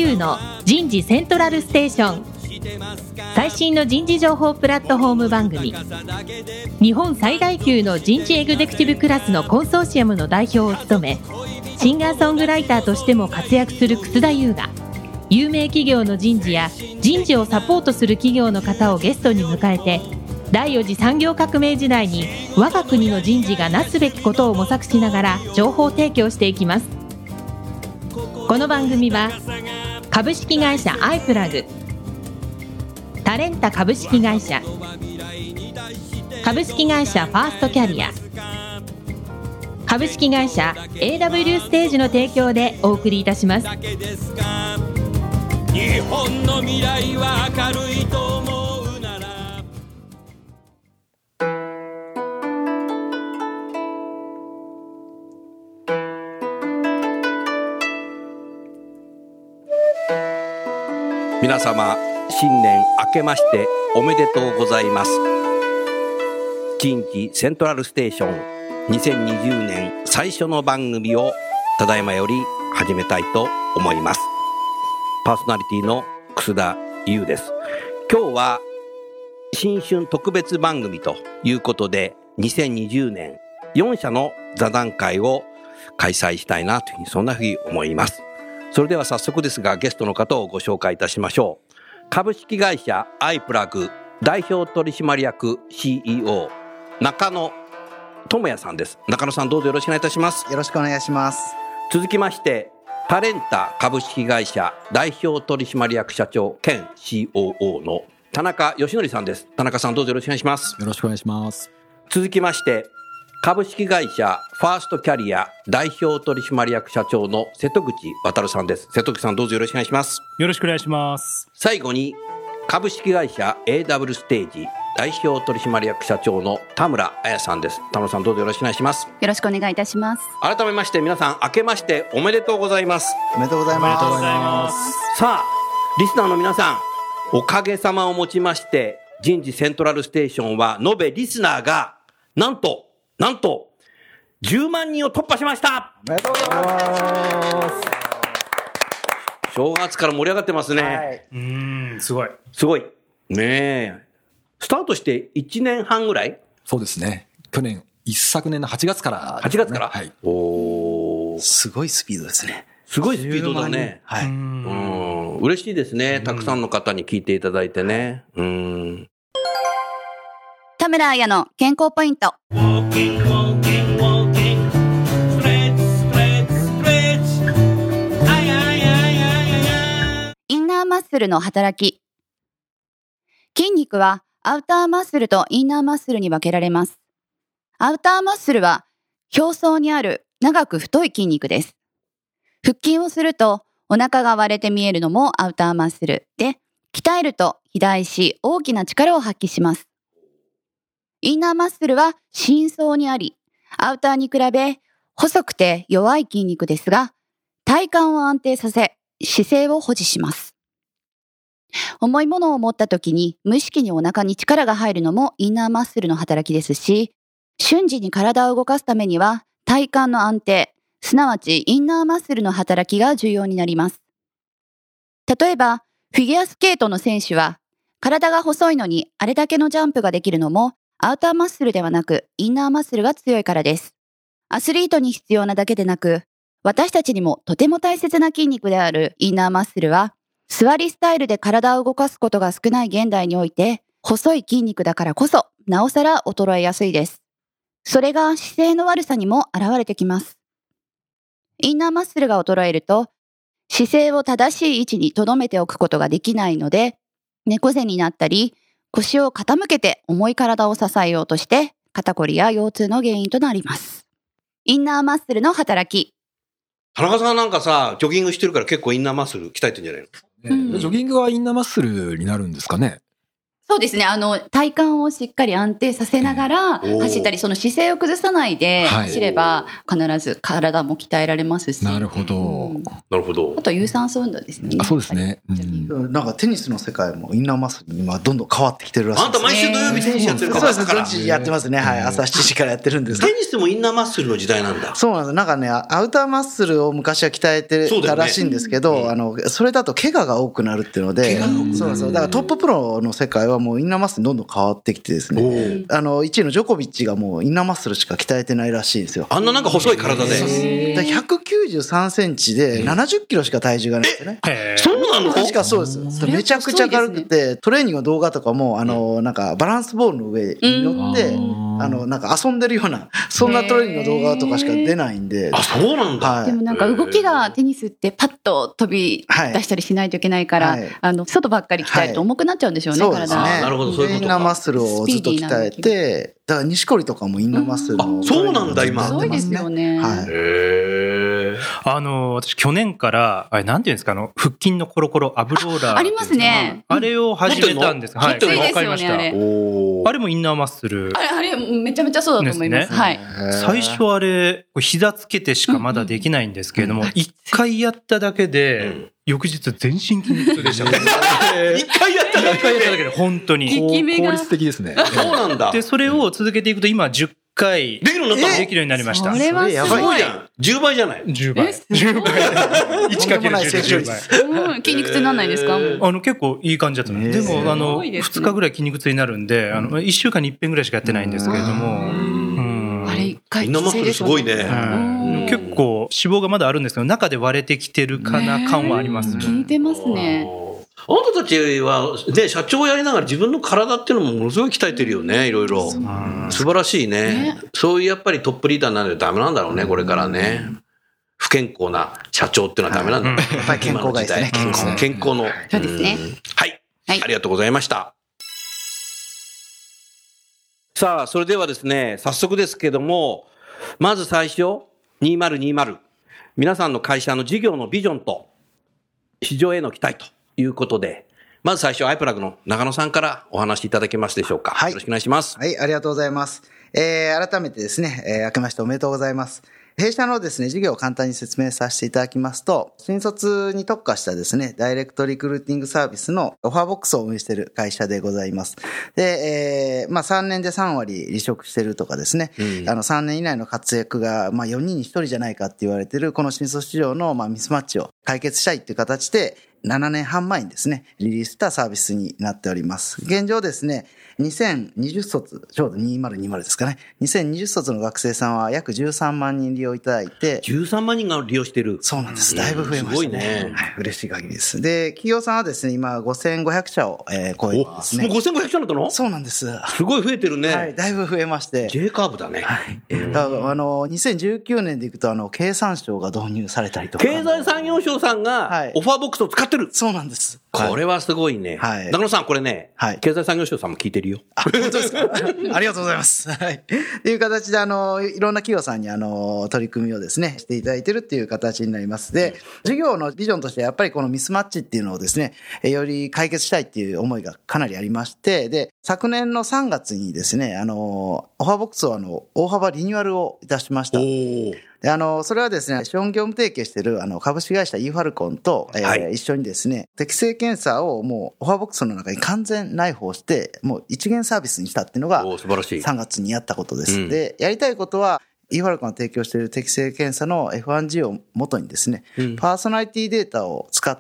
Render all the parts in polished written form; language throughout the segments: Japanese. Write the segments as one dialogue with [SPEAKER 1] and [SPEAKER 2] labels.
[SPEAKER 1] 優の人事セントラルステーション。最新の人事情報プラットフォーム番組。日本最大級の人事エグゼクティブクラスのコンソーシアムの代表を務め、シンガーソングライターとしても活躍する楠田優が、有名企業の人事や人事をサポートする企業の方をゲストに迎えて、第4次産業革命時代に我が国の人事がなすべきことを模索しながら情報提供していきます。この番組は株式会社アイプラグ、タレンタ株式会社、株式会社ファーストキャリア、株式会社 AW ステージの提供でお送りいたします。
[SPEAKER 2] 日本の未来は明るいと思うなら。
[SPEAKER 3] 皆様、新年明けましておめでとうございます。人事セントラルステーション2020年最初の番組をただいまより始めたいと思います。パーソナリティの楠田優です。今日は新春特別番組ということで、2020年4社の座談会を開催したいなというふうに、そんなふうに思います。それでは早速ですが、ゲストの方をご紹介いたしましょう。株式会社アイプラグ代表取締役 CEO 中野智也さんです。中野さん、どうぞよろしくお願いいたします。
[SPEAKER 4] よろしくお願いします。
[SPEAKER 3] 続きまして、タレンタ株式会社代表取締役社長兼 COO の田中義則さんです。田中さん、どうぞよろしくお願いします。
[SPEAKER 5] よろしくお願いします。
[SPEAKER 3] 続きまして、株式会社ファーストキャリア代表取締役社長の瀬戸口渉さんです。瀬戸口さん、どうぞよろしくお願いします。
[SPEAKER 6] よろしくお願いします。
[SPEAKER 3] 最後に、株式会社 AW ステージ代表取締役社長の田村彩さんです。田村さん、どうぞよろしくお願いします。
[SPEAKER 7] よろしくお願いいたします。
[SPEAKER 3] 改めまして皆さん、明けましておめでとうございます。
[SPEAKER 4] おめでとうございます。
[SPEAKER 6] おめでとうございます。
[SPEAKER 3] さあ、リスナーの皆さん、おかげさまをもちまして人事セントラルステーションは延べリスナーがなんと10万人を突破しました。
[SPEAKER 4] おめでとうございます。
[SPEAKER 3] 正月から盛り上がってますね。
[SPEAKER 4] はい、
[SPEAKER 6] すごい
[SPEAKER 3] ねえ。スタートして1年半ぐらい。
[SPEAKER 5] そうですね。一昨年の8月からですね。
[SPEAKER 3] 8月から、
[SPEAKER 5] はい。
[SPEAKER 4] おー、すごいスピードですね。
[SPEAKER 3] すごいスピードだね。
[SPEAKER 4] はい。
[SPEAKER 3] 嬉しいですね。たくさんの方に聞いていただいてね。
[SPEAKER 7] 田村彩の健康ポイント。インナーマッスルの働き。筋肉はアウターマッスルとインナーマッスルに分けられます。アウターマッスルは表層にある長く太い筋肉です。腹筋をするとお腹が割れて見えるのもアウターマッスルで、鍛えると肥大し大きな力を発揮します。インナーマッスルは深層にあり、アウターに比べ細くて弱い筋肉ですが、体幹を安定させ、姿勢を保持します。重いものを持った時に無意識にお腹に力が入るのもインナーマッスルの働きですし、瞬時に体を動かすためには体幹の安定、すなわちインナーマッスルの働きが重要になります。例えば、フィギュアスケートの選手は体が細いのにあれだけのジャンプができるのもアウターマッスルではなくインナーマッスルが強いからです。アスリートに必要なだけでなく、私たちにもとても大切な筋肉であるインナーマッスルは、座りスタイルで体を動かすことが少ない現代において、細い筋肉だからこそ、なおさら衰えやすいです。それが姿勢の悪さにも現れてきます。インナーマッスルが衰えると、姿勢を正しい位置に留めておくことができないので、猫背になったり、腰を傾けて重い体を支えようとして、肩こりや腰痛の原因となります。インナーマッスルの働き。
[SPEAKER 3] 田中さんなんかさ、ジョギングしてるから結構インナーマッスル鍛えてんじゃないの？
[SPEAKER 5] ジョギングはインナーマッスルになるんですかね。
[SPEAKER 7] そうですね。体幹をしっかり安定させながら走ったり、その姿勢を崩さないで走れば、必ず体も鍛えられますし。
[SPEAKER 5] なるほど。
[SPEAKER 3] なるほど。
[SPEAKER 7] あと有酸素運動ですね。
[SPEAKER 5] そうですね。
[SPEAKER 4] なんかテニスの世界もインナーマッスルに今どんどん変わってきてるらしいです。
[SPEAKER 3] あんた毎週土曜日テニスやってるから。
[SPEAKER 4] そうですね。土日やってますね。はい。朝7時からやってるんです。
[SPEAKER 3] テニスでもインナーマッスルの時代なんだ。
[SPEAKER 4] そうなんです。なんかね、アウターマッスルを昔は鍛えてたらしいんですけど、それだと怪我が多くなるっていうので、そうそう。だからトッププロの世界はもうインナーマッスルどんどん変わってきてですね、1位のジョコビッチがもうインナーマッスルしか鍛えてないらしいんですよ。
[SPEAKER 3] あんななんか細い体で。
[SPEAKER 4] 193センチで70キロしか体重がないんですよね。
[SPEAKER 3] そうなの？
[SPEAKER 4] 確かそうです。めちゃくちゃ軽くて、トレーニングの動画とかも、なんかバランスボールの上に乗って、なんか遊んでるような、そんなトレーニングの動画とかしか出ないんで。
[SPEAKER 3] あ、そうなんだ。
[SPEAKER 7] でもなんか動きがテニスってパッと飛び出したりしないといけないから、外ばっかり鍛えると重くなっちゃうんでしょうね、
[SPEAKER 4] そうですね。
[SPEAKER 3] なるほど、そういうことか。
[SPEAKER 4] インナーマッスルをずっと鍛えて、だから錦織とかもインナーマッスルの。
[SPEAKER 3] そうなんだ、今。
[SPEAKER 7] すごいですよね。
[SPEAKER 6] 私去年から、なんていうんですか、腹筋のコロコロアブローラー。
[SPEAKER 7] ありますね。
[SPEAKER 6] あれを始めたんです。はい。わかりました。あれもインナーマッスル。
[SPEAKER 7] あれめちゃめちゃそうだと思います。はい。
[SPEAKER 6] 最初あれ、膝つけてしかまだできないんですけれども、一回やっただけで、翌日全身筋肉痛でした。
[SPEAKER 3] 一回やっただけ
[SPEAKER 6] で、本当に。
[SPEAKER 5] 効率的ですね。
[SPEAKER 3] そうなんだ。
[SPEAKER 6] で、それを続けていくと、今10回できるようになりました。
[SPEAKER 7] それはすごい
[SPEAKER 3] じゃん。10倍じゃない
[SPEAKER 6] ?10 倍。10倍。1×10 倍。
[SPEAKER 7] 筋肉痛にならないですか？
[SPEAKER 6] 結構いい感じだったの。でも、2日ぐらい筋肉痛になるんで、1週間に1遍ぐらいしかやってないんですけれども。
[SPEAKER 7] あれ1回
[SPEAKER 3] インナーマッスルすごいね。
[SPEAKER 6] 結構脂肪がまだあるんですけど、中で割れてきてるかな感はありますね。
[SPEAKER 7] 効いてますね。
[SPEAKER 3] あなたたちは、ね、社長をやりながら自分の体っていうのもものすごい鍛えてるよね、いろいろ。素晴らしいね。そういうやっぱりトップリーダーになるとダメなんだろうね、これからね。不健康な社長っていうのはダメなんだろう。
[SPEAKER 4] やっぱり健康がいいですね。
[SPEAKER 3] 健康の。
[SPEAKER 7] そうですね。
[SPEAKER 3] はい。ありがとうございました。さあ、それではですね、早速ですけども、まず最初、2020。皆さんの会社の事業のビジョンと市場への期待ということで、まず最初、アイプラグの長野さんからお話しいただけますでしょうか。はい。よろしくお願いします。
[SPEAKER 4] はい、ありがとうございます。改めてですね、明けましておめでとうございます。弊社のですね、事業を簡単に説明させていただきますと、新卒に特化したですね、ダイレクトリクルーティングサービスのオファーボックスを運営している会社でございます。で、3年で3割離職してるとかですね、3年以内の活躍が、4人に1人じゃないかって言われている、この新卒市場のミスマッチを解決したいっていう形で、7年半前にですね、リリースしたサービスになっております。現状ですね、2020卒、ちょうど2020ですかね。2020卒の学生さんは約13万人利用いただいて。
[SPEAKER 3] 13万人が利用してる。
[SPEAKER 4] そうなんです。だいぶ増えましたね。すごいね。はい、嬉しい限りです。で、企業さんはですね、今5500社を超えてですね。
[SPEAKER 3] もう5500社だったの？
[SPEAKER 4] そうなんです。
[SPEAKER 3] すごい増えてるね。
[SPEAKER 4] はい、だいぶ増えまして。
[SPEAKER 3] J カーブだね。はい。
[SPEAKER 4] 2019年でいくと、経産省が導入されたりとか。
[SPEAKER 3] 経済産業省さんが、オファーボックスを使ってる。
[SPEAKER 4] そうなんです。
[SPEAKER 3] これはすごいね。はい。中野さん、これね、はい。経済産業省さんも聞いてるよ。
[SPEAKER 4] あ、本当ですか？ありがとうございます。はい。っていう形で、いろんな企業さんに、取り組みをですね、していただいてるっていう形になります。で、事業のビジョンとしてやっぱりこのミスマッチっていうのをですね、より解決したいっていう思いがかなりありまして、で、昨年の3月にですね、オファーボックスを大幅リニューアルをいたしました。で、それはですね、資本業務提携している、株式会社 e ファルコンと、一緒にですね、適正検査をもう、オファーボックスの中に完全内包して、もう一元サービスにしたっていうのが、
[SPEAKER 3] 素晴らしい。
[SPEAKER 4] 3月にやったことです。で、やりたいことは、e ファルコンが提供している適正検査の F1G を元にですね、パーソナリティデータを使って、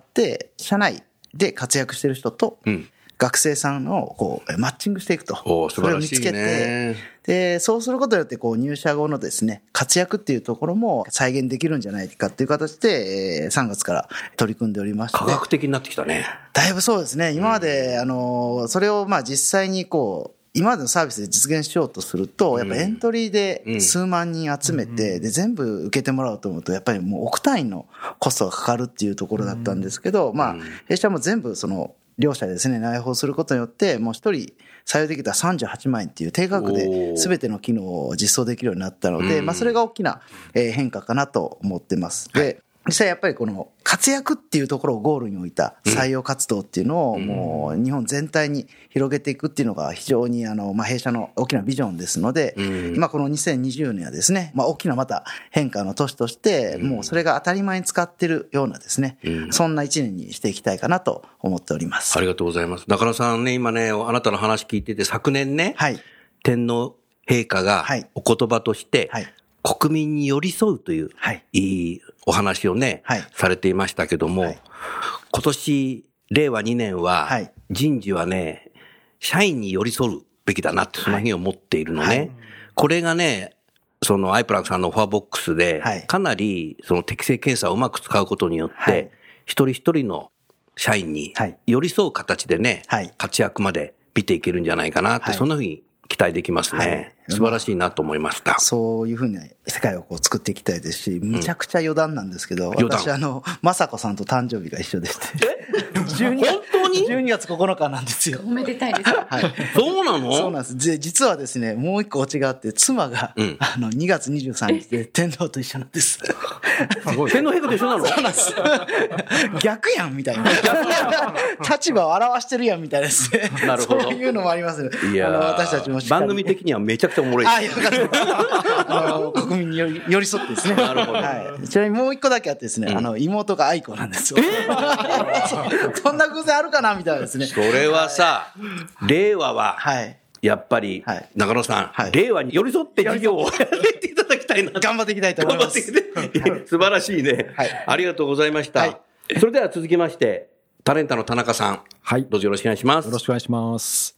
[SPEAKER 4] 社内で活躍している人と、学生さんをこうマッチングしていくと。
[SPEAKER 3] 素晴らしいね。
[SPEAKER 4] それを見つけて、で、そうすることによって入社後のですね、活躍っていうところも再現できるんじゃないかっていう形で、3月から取り組んでおりまして。
[SPEAKER 3] 科学的になってきたね。
[SPEAKER 4] だいぶそうですね。今まで、それを実際に今までのサービスで実現しようとすると、やっぱエントリーで数万人集めて、で、全部受けてもらおうと思うと、やっぱりもう億単位のコストがかかるっていうところだったんですけど、弊社も全部両社でですね、内包することによって、もう一人採用できた38万円っていう低価格で全ての機能を実装できるようになったので、それが大きな変化かなと思ってます。で、 実際やっぱりこの活躍っていうところをゴールに置いた採用活動っていうのをもう日本全体に広げていくっていうのが非常に弊社の大きなビジョンですので、今この2020年はですね、大きなまた変化の年としてもうそれが当たり前に使ってるようなですね、そんな一年にしていきたいかなと思っております。
[SPEAKER 3] ありがとうございます。中野さんね、今ね、あなたの話聞いてて昨年ね、
[SPEAKER 4] はい、
[SPEAKER 3] 天皇陛下がお言葉として、はい、国民に寄り添うという、はい、いいお話をね、はい、されていましたけども、はい、今年、令和2年は、はい、人事はね、社員に寄り添うべきだなって、そのふうに思っているのね。はいはい、これがね、そのアイプラグさんのオファーボックスで、はい、かなりその適正検査をうまく使うことによって、はい、一人一人の社員に寄り添う形でね、はい、活躍まで見ていけるんじゃないかなって、はい、そんなふうに期待できますね。はい、素晴らしいなと思いました。
[SPEAKER 4] そういうふうに世界をこう作っていきたいですし、むちゃくちゃ余談なんですけど、私雅子さんと誕生日が一緒でして。
[SPEAKER 3] 本当に
[SPEAKER 4] ?12 月9日なんですよ。
[SPEAKER 7] おめでたいです。はい。
[SPEAKER 3] そうなの？
[SPEAKER 4] そうなんです。実はですね、もう一個オチがあって、妻が、2月23日で天皇と一緒なんです。す
[SPEAKER 3] ごい。天皇陛下と一緒なの？
[SPEAKER 4] そうなんです。逆やんみたいな。立場を表してるやんみたいなですね。なるほど。そういうのもありますね。いや私たちも
[SPEAKER 3] 番組的にはめちゃくちゃおもろいです。
[SPEAKER 4] よかった。国民に寄り添ってですね。なるほど。はい。ちなみにもう一個だけあってですね、妹が愛子なんですよ。そんな偶然あるかなみたいなですね。
[SPEAKER 3] それはさ、令和は、やっぱり、中野さん、令和に寄り添って事業をやっていただきたいな。
[SPEAKER 4] 頑張っていきたいと思います。
[SPEAKER 3] 素晴らしいね。ありがとうございました。それでは続きまして、タレンタの田中さん。はい。どうぞよろしくお願いします。
[SPEAKER 5] よろしくお願いします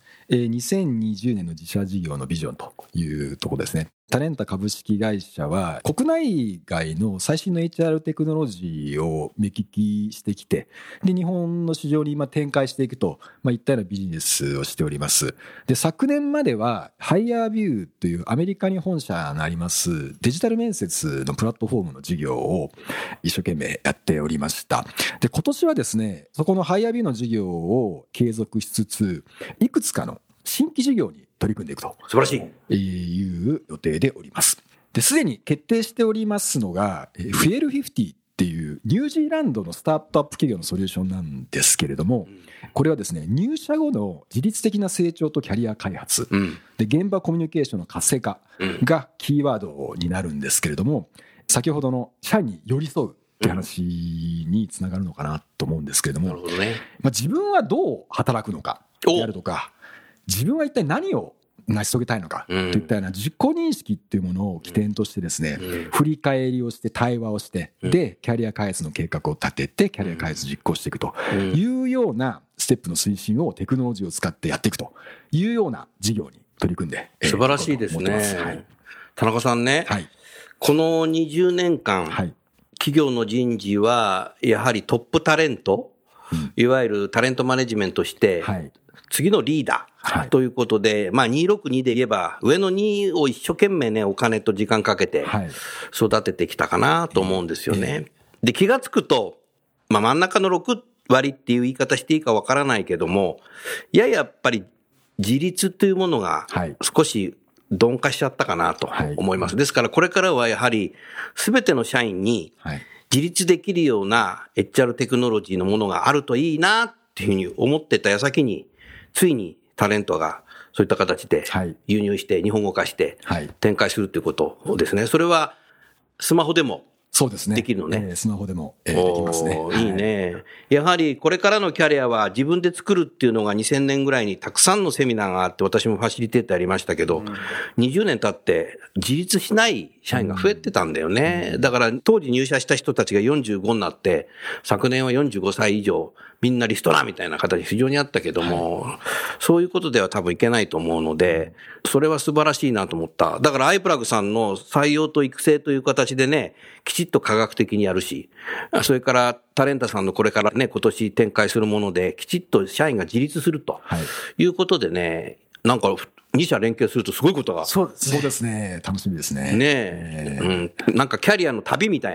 [SPEAKER 5] 。2020年の自社事業のビジョンというところですね。タレンタ株式会社は国内外の最新の HR テクノロジーを目利きしてきて、で日本の市場に今展開していくといったようなビジネスをしております。で昨年まではハイヤービューというアメリカに本社がありますデジタル面接のプラットフォームの事業を一生懸命やっておりました。で今年はですね、そこのハイヤービューの事業を継続しつつ、いくつかの新規事業に取り組んでいくと
[SPEAKER 3] 素晴らしい
[SPEAKER 5] いう予定でおります。で、すでに決定しておりますのが、フィエル50っていうニュージーランドのスタートアップ企業のソリューションなんですけれども、これはですね、入社後の自律的な成長とキャリア開発、で現場コミュニケーションの活性化がキーワードになるんですけれども、先ほどの社員に寄り添うって話につながるのかなと思うんですけれども、なるほどね。自分はどう働くのかであるとか、自分は一体何を成し遂げたいのかといったような自己認識っていうものを起点としてですね、振り返りをして対話をして、でキャリア開発の計画を立ててキャリア開発実行していくというようなステップの推進をテクノロジーを使ってやっていくというような事業に取り組んで
[SPEAKER 3] 素晴らしいですね。はい、田中さんね、はい、この20年間、はい、企業の人事はやはりトップタレント、いわゆるタレントマネジメントして、はい、次のリーダーということで、262で言えば、上の2を一生懸命ね、お金と時間かけて育ててきたかなと思うんですよね。で、気がつくと、真ん中の6割っていう言い方していいかわからないけども、やっぱり自立というものが少し鈍化しちゃったかなと思います。ですからこれからはやはり全ての社員に自立できるような HR テクノロジーのものがあるといいなっていうふうに思ってた矢先に、ついにタレントがそういった形で輸入して日本語化して展開するということですね。それはスマホでもできるのね。
[SPEAKER 5] スマホでもできますね。
[SPEAKER 3] いいね。やはりこれからのキャリアは自分で作るっていうのが2000年ぐらいにたくさんのセミナーがあって、私もファシリテーターやりましたけど、20年経って自立しない社員が増えてたんだよね。だから当時入社した人たちが45になって、昨年は45歳以上、みんなリストラみたいな形非常にあったけども、そういうことでは多分いけないと思うので、それは素晴らしいなと思った。だからアイプラグさんの採用と育成という形でね、きちっと科学的にやるし、それからタレンタさんのこれからね、今年展開するもので、きちっと社員が自立するということでね、なんか2社連携するとすごいことが。
[SPEAKER 5] そうですね。楽しみですね。
[SPEAKER 3] ねえ。なんかキャリアの旅みたいな。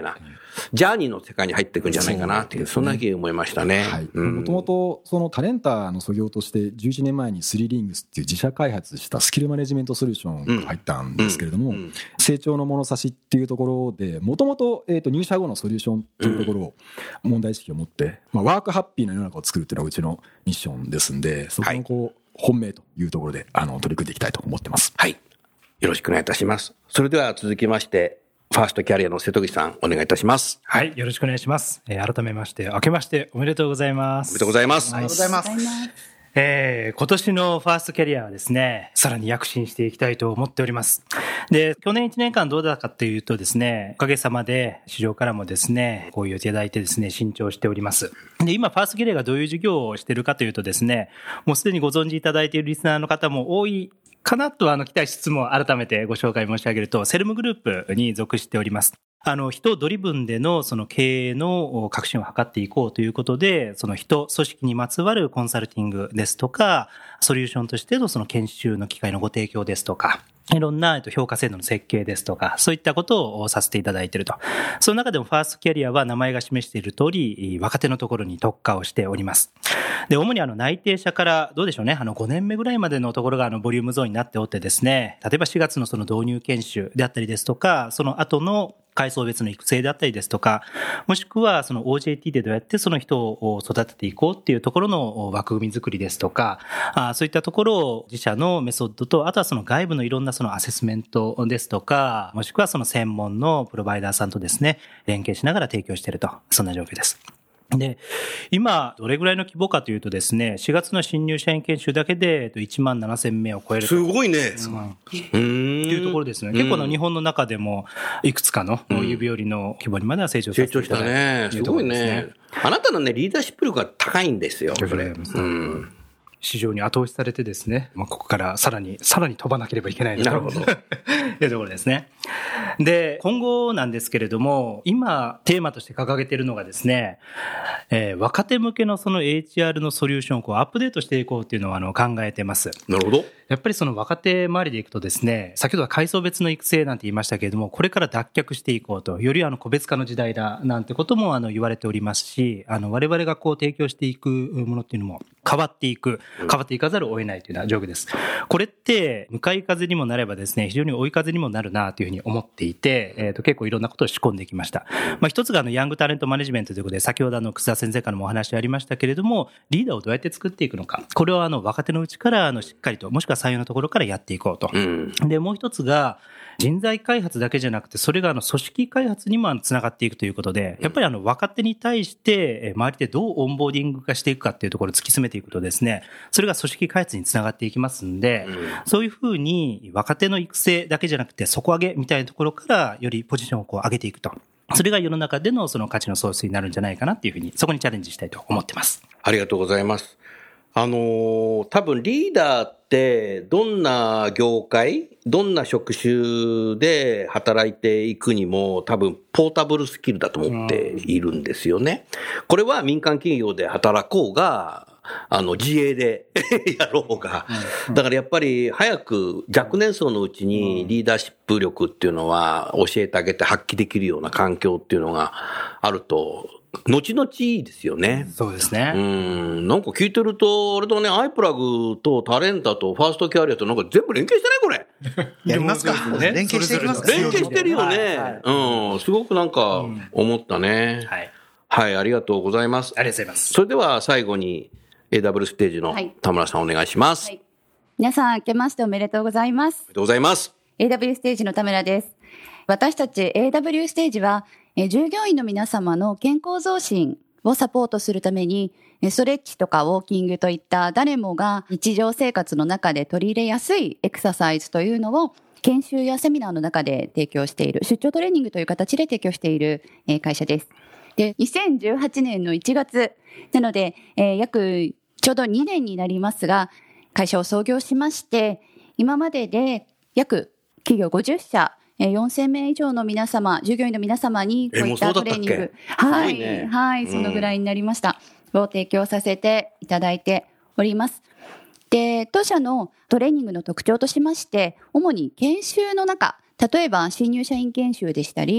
[SPEAKER 3] ジャーニーの世界に入っていくんじゃないかなっていう、そんなふうに思いましたね。
[SPEAKER 5] もともとそのタレンターの素業として11年前にスリリングスっていう自社開発したスキルマネジメントソリューションが入ったんですけれども、成長の物差しっていうところでもともと入社後のソリューションというところを問題意識を持って、ワークハッピーな世の中を作るっていうのがうちのミッションですんで、そこの本命というところで取り組んでいきたいと思ってます。
[SPEAKER 3] はい、よろしくお願いいたします。それでは続きましてファーストキャリアの瀬戸口さん、お願いいたします。
[SPEAKER 6] はい、よろしくお願いします。改めまして明けましておめでとうございます。
[SPEAKER 3] おめでとうございます。
[SPEAKER 4] ありがとうございます。
[SPEAKER 6] 今年のファーストキャリアはですね、さらに躍進していきたいと思っております。で、去年1年間どうだったかというとですね、おかげさまで市場からもですね、こういういただいてですね、伸長しております。で、今ファーストキャリアがどういう事業をしているかというとですね、もうすでにご存知いただいているリスナーの方も多いかなと期待しつつも、改めてご紹介申し上げると、セルムグループに属しております。人ドリブンでのその経営の革新を図っていこうということで、その人、組織にまつわるコンサルティングですとか、ソリューションとしてのその研修の機会のご提供ですとか、いろんな評価制度の設計ですとか、そういったことをさせていただいていると。その中でもファーストキャリアは名前が示している通り、若手のところに特化をしております。で、主に内定者からどうでしょうね、5年目ぐらいまでのところがボリュームゾーンになっておってですね、例えば4月のその導入研修であったりですとか、その後の階層別の育成であったりですとか、もしくはその OJT でどうやってその人を育てていこうっていうところの枠組み作りですとか、そういったところを自社のメソッドと、あとはその外部のいろんなそのアセスメントですとか、もしくはその専門のプロバイダーさんとですね、連携しながら提供していると、そんな状況です。で、今、どれぐらいの規模かというとですね、4月の新入社員研修だけで17,000名を超えると。
[SPEAKER 3] すごいね。
[SPEAKER 6] っていうところですね。結構日本の中でも、いくつかの指折りの規模にまでは成長させていただいているというところですね。
[SPEAKER 3] すごいね。あなたのね、リーダーシップ力が高いんですよ、それ。
[SPEAKER 6] 市場に後押しされてですね、ここからさらに飛ばなければいけない
[SPEAKER 3] なるほど。
[SPEAKER 6] というところですね。で、今後なんですけれども、今テーマとして掲げているのがですね、若手向けのその HR のソリューションをアップデートしていこうというのを考えてます。
[SPEAKER 3] なるほど。
[SPEAKER 6] やっぱりその若手周りでいくとですね、先ほどは階層別の育成なんて言いましたけれども、これから脱却していこうと、より個別化の時代だなんてことも言われておりますし、我々がこう提供していくものっていうのも変わっていかざるを得ないというような状況です。これって向かい風にもなればですね、非常に追い風にもなるなというふうに思っていて、結構いろんなことを仕込んできました。一つがヤングタレントマネジメントということで、先ほど楠田先生からもお話ありましたけれども、リーダーをどうやって作っていくのか、これを若手のうちからしっかりと、もしくは採用のところからやっていこうと。で、もう一つが人材開発だけじゃなくて、それが組織開発にもつながっていくということで、やっぱり若手に対して周りでどうオンボーディング化していくかっていうところを突き詰めていくとですね、それが組織開発につながっていきますんで、そういうふうに若手の育成だけじゃなくて底上げみたいなところからよりポジションを上げていくと。それが世の中でのその価値の創出になるんじゃないかなっていうふうに、そこにチャレンジしたいと思ってます。
[SPEAKER 3] ありがとうございます。多分リーダーってどんな業界、どんな職種で働いていくにも多分ポータブルスキルだと思っているんですよね。これは民間企業で働こうが、自営でやろうが。だからやっぱり早く若年層のうちにリーダーシップ力っていうのは教えてあげて発揮できるような環境っていうのがあると、後々いいですよね。
[SPEAKER 6] そうですね。
[SPEAKER 3] なんか聞いてると、あれだね、アイプラグとタレンタとファーストキャリアとなんか全部連携してないこれ。
[SPEAKER 4] やりますか、連携していきますか。
[SPEAKER 3] 連携してるよね。すごくなんか思ったね。はい、ありがとうございます。
[SPEAKER 6] ありがとうございます。
[SPEAKER 3] それでは最後に AW ステージの田村さんお願いします。
[SPEAKER 7] 皆さん明けましておめでとうございます。
[SPEAKER 3] おめでとうございます。
[SPEAKER 7] AW ステージの田村です。私たち AW ステージは、従業員の皆様の健康増進をサポートするために、ストレッチとかウォーキングといった誰もが日常生活の中で取り入れやすいエクササイズというのを研修やセミナーの中で提供している、出張トレーニングという形で提供している会社です。で、2018年の1月、なので、約ちょうど2年になりますが、会社を創業しまして、今までで約企業50社、4000名以上の皆様、従業員の皆様にこういったトレーニング、はい、そのぐらいになりました。を提供させていただいております。で、当社のトレーニングの特徴としまして、主に研修の中、例えば新入社員研修でしたり、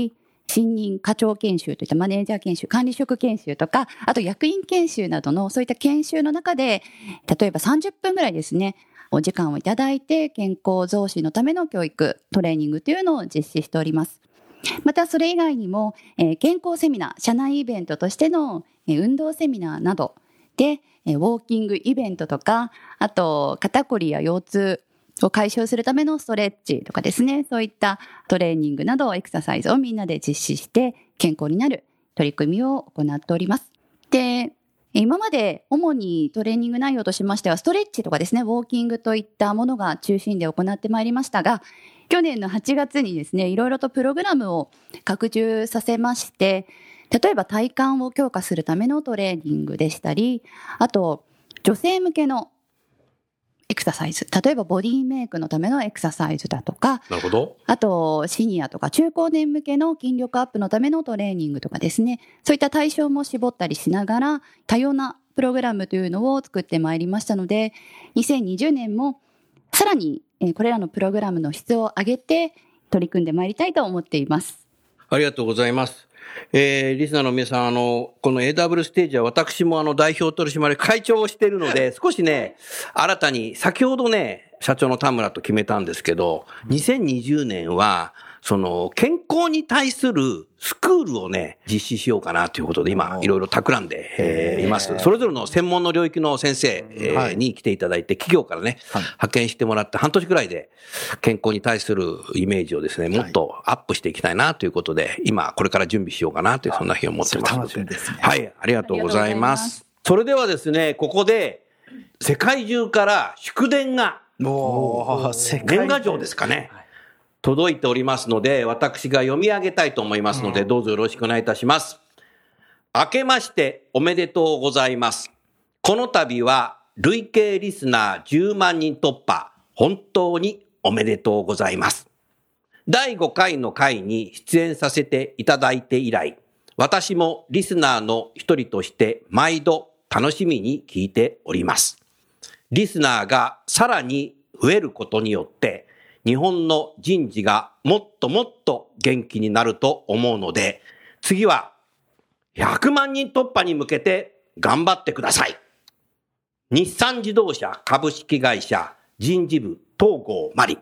[SPEAKER 7] 新任課長研修といったマネージャー研修、管理職研修とか、あと役員研修などのそういった研修の中で、例えば30分ぐらいですね、お時間をいただいて健康増進のための教育、トレーニングというのを実施しております。またそれ以外にも、健康セミナー、社内イベントとしての運動セミナーなどで、ウォーキングイベントとか、あと肩こりや腰痛を解消するためのストレッチとかですね、そういったトレーニングなどエクササイズをみんなで実施して健康になる取り組みを行っております。で、今まで主にトレーニング内容としましてはストレッチとかですね、ウォーキングといったものが中心で行ってまいりましたが、去年の8月にですね、いろいろとプログラムを拡充させまして、例えば体幹を強化するためのトレーニングでしたり、あと女性向けのエクササイズ、例えばボディメイクのためのエクササイズだとか、
[SPEAKER 3] なるほど。
[SPEAKER 7] あとシニアとか中高年向けの筋力アップのためのトレーニングとかですね、そういった対象も絞ったりしながら多様なプログラムというのを作ってまいりましたので、2020年もさらにこれらのプログラムの質を上げて取り組んでまいりたいと思っています。
[SPEAKER 3] ありがとうございます。リスナーの皆さん、この AW ステージは私も代表取締役会長をしているので、少しね、新たに、先ほどね、社長の田村と決めたんですけど、2020年は、健康に対するスクールをね、実施しようかなということで、今、いろいろ企んで、います。それぞれの専門の領域の先生、に来ていただいて、企業からね、派遣してもらって、半年くらいで健康に対するイメージをですね、もっとアップしていきたいなということで、今、これから準備しようかなという、そんな日を持ってます。
[SPEAKER 4] 楽しみですね。
[SPEAKER 3] はい、ありがとうございます。それではですね、ここで、世界中から祝電が、年賀状ですかね。届いておりますので、私が読み上げたいと思いますので、どうぞよろしくお願いいたします。明けましておめでとうございます。この度は累計リスナー10万人突破、本当におめでとうございます。第5回の回に出演させていただいて以来、私もリスナーの一人として毎度楽しみに聞いております。リスナーがさらに増えることによって、日本の人事がもっともっと元気になると思うので、次は100万人突破に向けて頑張ってください。日産自動車株式会社人事部東郷真理。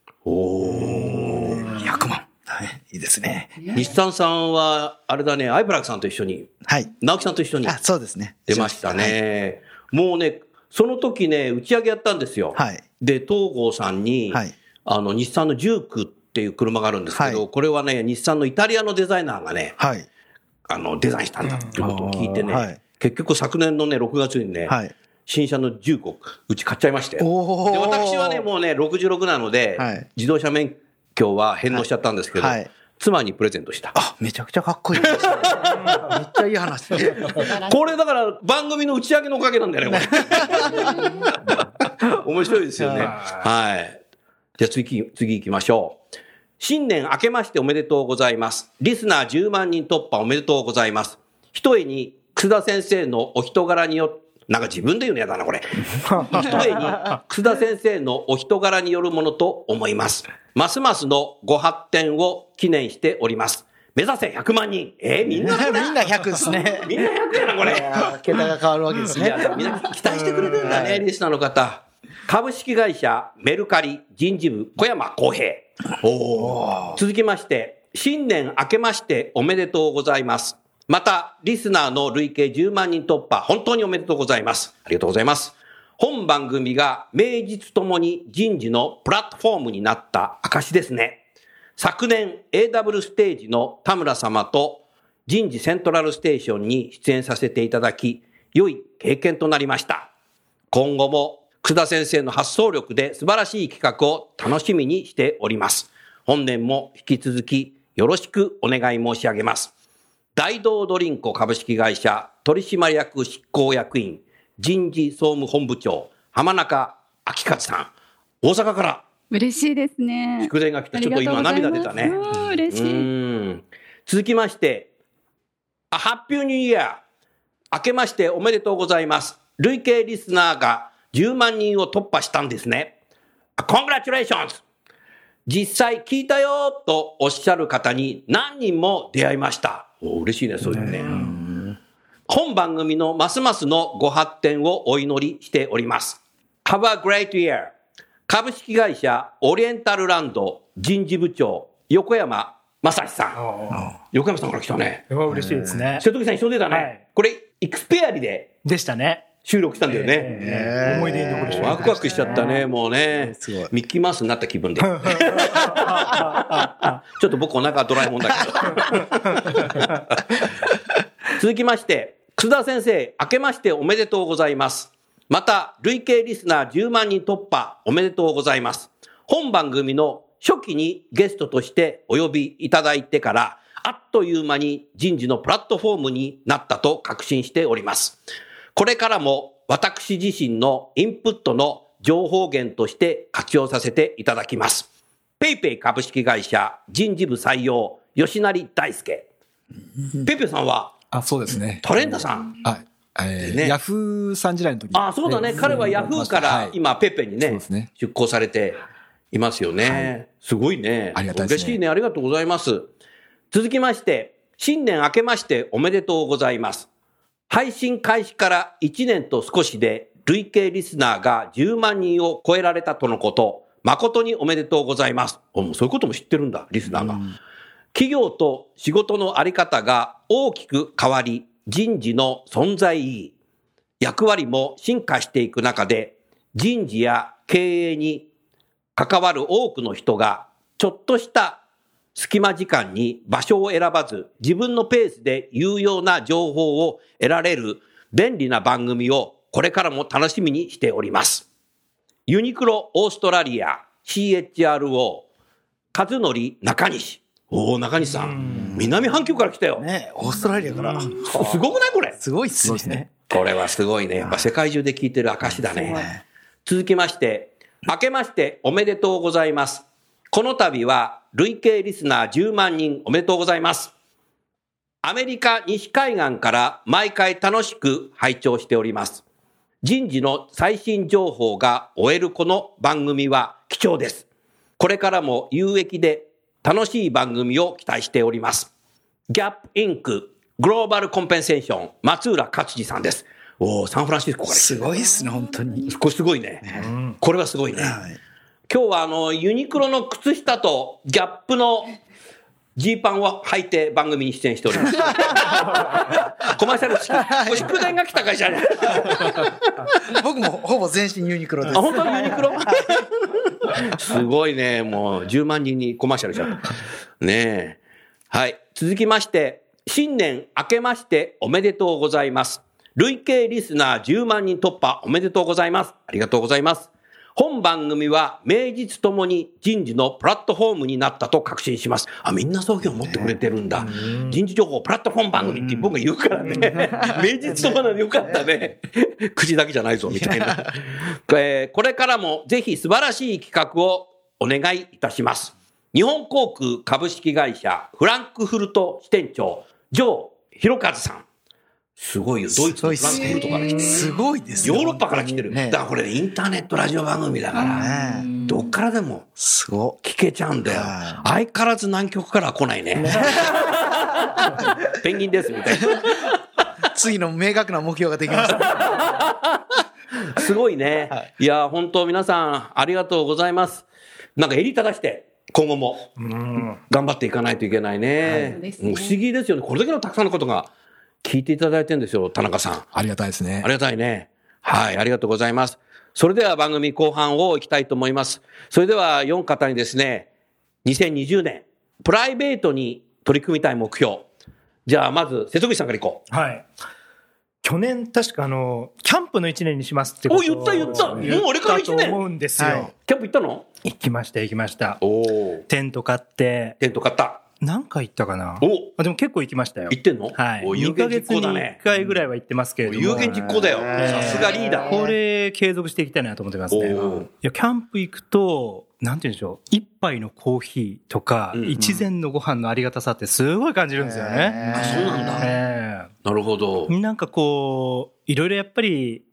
[SPEAKER 4] 100万。はい、いいですね。
[SPEAKER 3] 日産さんは、あれだね、アイプラクさんと一緒に、
[SPEAKER 4] はい。
[SPEAKER 3] 直木さんと一緒に。
[SPEAKER 4] そうですね。
[SPEAKER 3] 出ましたね。もうね、その時ね、打ち上げやったんですよ。
[SPEAKER 4] はい。
[SPEAKER 3] で、東郷さんに、
[SPEAKER 4] はい。
[SPEAKER 3] 日産のジュークっていう車があるんですけど、はい、これはね、日産のイタリアのデザイナーがね、
[SPEAKER 4] はい。
[SPEAKER 3] デザインしたんだっていうことを聞いてね、
[SPEAKER 4] はい、
[SPEAKER 3] 結局昨年のね、6月にね、はい、新車のジュークをうち買っちゃいまして。で、私はね、もうね、66なので、はい、自動車免許は返納しちゃったんですけど、はい、妻にプレゼントした。
[SPEAKER 4] めちゃくちゃかっこいいですね。めっちゃいい話。
[SPEAKER 3] これだから番組の打ち上げのおかげなんだよね、これ。面白いですよね。はい。じゃあ次行きましょう。新年明けましておめでとうございます。リスナー10万人突破おめでとうございます。ひとえに、楠田先生のお人柄によなんか自分で言うのやだな、これ。ひとえに、楠田先生のお人柄によるものと思います。ますますのご発展を記念しております。目指せ100万人。みんな
[SPEAKER 4] 100ですね。
[SPEAKER 3] みんな100やな、これ。
[SPEAKER 4] 桁が変わるわけですね。
[SPEAKER 3] いや、みんな期待してくれるんだね、リスナーの方。株式会社メルカリ人事部小山康平。続きまして、新年明けましておめでとうございます。また、リスナーの累計10万人突破、本当におめでとうございます。ありがとうございます。本番組が名実ともに人事のプラットフォームになった証ですね。昨年 AW ステージの田村様と人事セントラルステーションに出演させていただき、良い経験となりました。今後も楠田先生の発想力で素晴らしい企画を楽しみにしております。本年も引き続きよろしくお願い申し上げます。大道ドリンコ株式会社取締役執行役員人事総務本部長浜中明勝さん、大阪から
[SPEAKER 7] 嬉しいですね。
[SPEAKER 3] 祝電が来てちょっと今涙出たね。
[SPEAKER 7] 嬉しい。
[SPEAKER 3] 続きましてハッピーニューイヤー、明けましておめでとうございます。累計リスナーが10万人を突破したんですね。Congratulations! 実際聞いたよとおっしゃる方に何人も出会いました。嬉しいね、そういうね。本番組のますますのご発展をお祈りしております。Have a great year. 株式会社オリエンタルランド人事部長横山正史さん。横山さんから来たね。
[SPEAKER 6] 嬉しいですね。
[SPEAKER 3] 瀬戸木さん一緒でだね。はい、これイクスペアリで
[SPEAKER 6] したね。
[SPEAKER 3] 収録したんだよね。
[SPEAKER 6] 思い出に残るし
[SPEAKER 3] ワクワクしちゃったね、もうね。ミッキーマウスになった気分で。ちょっと僕お腹ドラえもんだけど。続きまして、楠田先生、明けましておめでとうございます。また、累計リスナー10万人突破おめでとうございます。本番組の初期にゲストとしてお呼びいただいてから、あっという間に人事のプラットフォームになったと確信しております。これからも私自身のインプットの情報源として活用させていただきます。ペイペイ株式会社人事部採用、吉成大輔。ペイペイさんは
[SPEAKER 5] そうですね。
[SPEAKER 3] タレンタさん。
[SPEAKER 5] ね、ヤフーさん時代の時に。
[SPEAKER 3] そうだね。彼はヤフーから今ペイペイにね、出向されていますよね。すごいね。
[SPEAKER 5] ありがたいですね。
[SPEAKER 3] 嬉しいね。ありがとうございます。続きまして、新年明けましておめでとうございます。配信開始から1年と少しで累計リスナーが10万人を超えられたとのこと、誠におめでとうございます。そういうことも知ってるんだ、リスナーが。企業と仕事のあり方が大きく変わり、人事の存在意義、役割も進化していく中で、人事や経営に関わる多くの人が、ちょっとした隙間時間に場所を選ばず、自分のペースで有用な情報を得られる便利な番組をこれからも楽しみにしております。ユニクロオーストラリア CHRO 和則中西。中西さん。南半球から来たよ。
[SPEAKER 4] ね、オーストラリアから。
[SPEAKER 3] すごくないこれ。
[SPEAKER 4] すごいっすね。
[SPEAKER 3] これはすごいね。やっぱ世界中で聞いてる証だね。続きまして、明けましておめでとうございます。この度は累計リスナー10万人おめでとうございます。アメリカ西海岸から毎回楽しく拝聴しております。人事の最新情報が追えるこの番組は貴重です。これからも有益で楽しい番組を期待しております。ギャップインクグローバルコンペンセーション松浦勝次さんです。サンフランシスコから来て
[SPEAKER 4] すごいですね、本当に。
[SPEAKER 3] これすごいね。これはすごいね。今日はユニクロの靴下とギャップのジーパンを履いて番組に出演しております。コマーシャル祝電が来た会社ね。
[SPEAKER 4] 僕もほぼ全身ユニクロです。
[SPEAKER 3] 本当にユニクロすごいね。もう10万人にコマーシャルしちゃった。ねえ。はい。続きまして、新年明けましておめでとうございます。累計リスナー10万人突破おめでとうございます。ありがとうございます。本番組は名実ともに人事のプラットフォームになったと確信します。みんなそういうふうに思ってくれてるんだ。人事情報プラットフォーム番組って僕が言うからね。名実ともなのよかったね。口だけじゃないぞみたいな。これからもぜひ素晴らしい企画をお願いいたします。日本航空株式会社フランクフルト支店長、城博和さん。すごいよ。ドイツのフランクフルトから来てる。
[SPEAKER 4] すごいですよ。
[SPEAKER 3] ヨーロッパから来てる。だからこれインターネットラジオ番組だから、どっからでも聞けちゃうんだよ。相変わらず南極からは来ないね。ペンギンですみたいな。
[SPEAKER 4] 次の明確な目標ができました。
[SPEAKER 3] すごいね。いや、本当皆さんありがとうございます。なんか襟正して今後も頑張っていかないといけないね。不思議ですよね。これだけのたくさんのことが聞いていただいてるんですよ、田中さん。
[SPEAKER 5] ありがたいですね。
[SPEAKER 3] ありがたいね。はい、ありがとうございます。それでは番組後半を行きたいと思います。それでは4方にですね、2020年、プライベートに取り組みたい目標。じゃあまず、瀬戸口さんからいこう。
[SPEAKER 6] はい。去年確かキャンプの1年にしますってことを
[SPEAKER 3] 言った。もう俺から1年。
[SPEAKER 6] と思うんですよ。はい、
[SPEAKER 3] キャンプ行ったの？
[SPEAKER 6] 行きました。テント買った。何回行ったかな。でも結構行きましたよ。
[SPEAKER 3] 行ってんの？
[SPEAKER 6] はい。2ヶ月に1回ぐらいは行ってますけれども。
[SPEAKER 3] 有言実行だよ。さすがリーダー。
[SPEAKER 6] これ継続していきたいなと思ってますね。いや、キャンプ行くと、なんて言うんでしょう。一杯のコーヒーとか、一膳のご飯のありがたさってすごい感じるんですよね。
[SPEAKER 3] そうなんだ。なるほど。
[SPEAKER 6] なんかこう、いろいろやっぱり、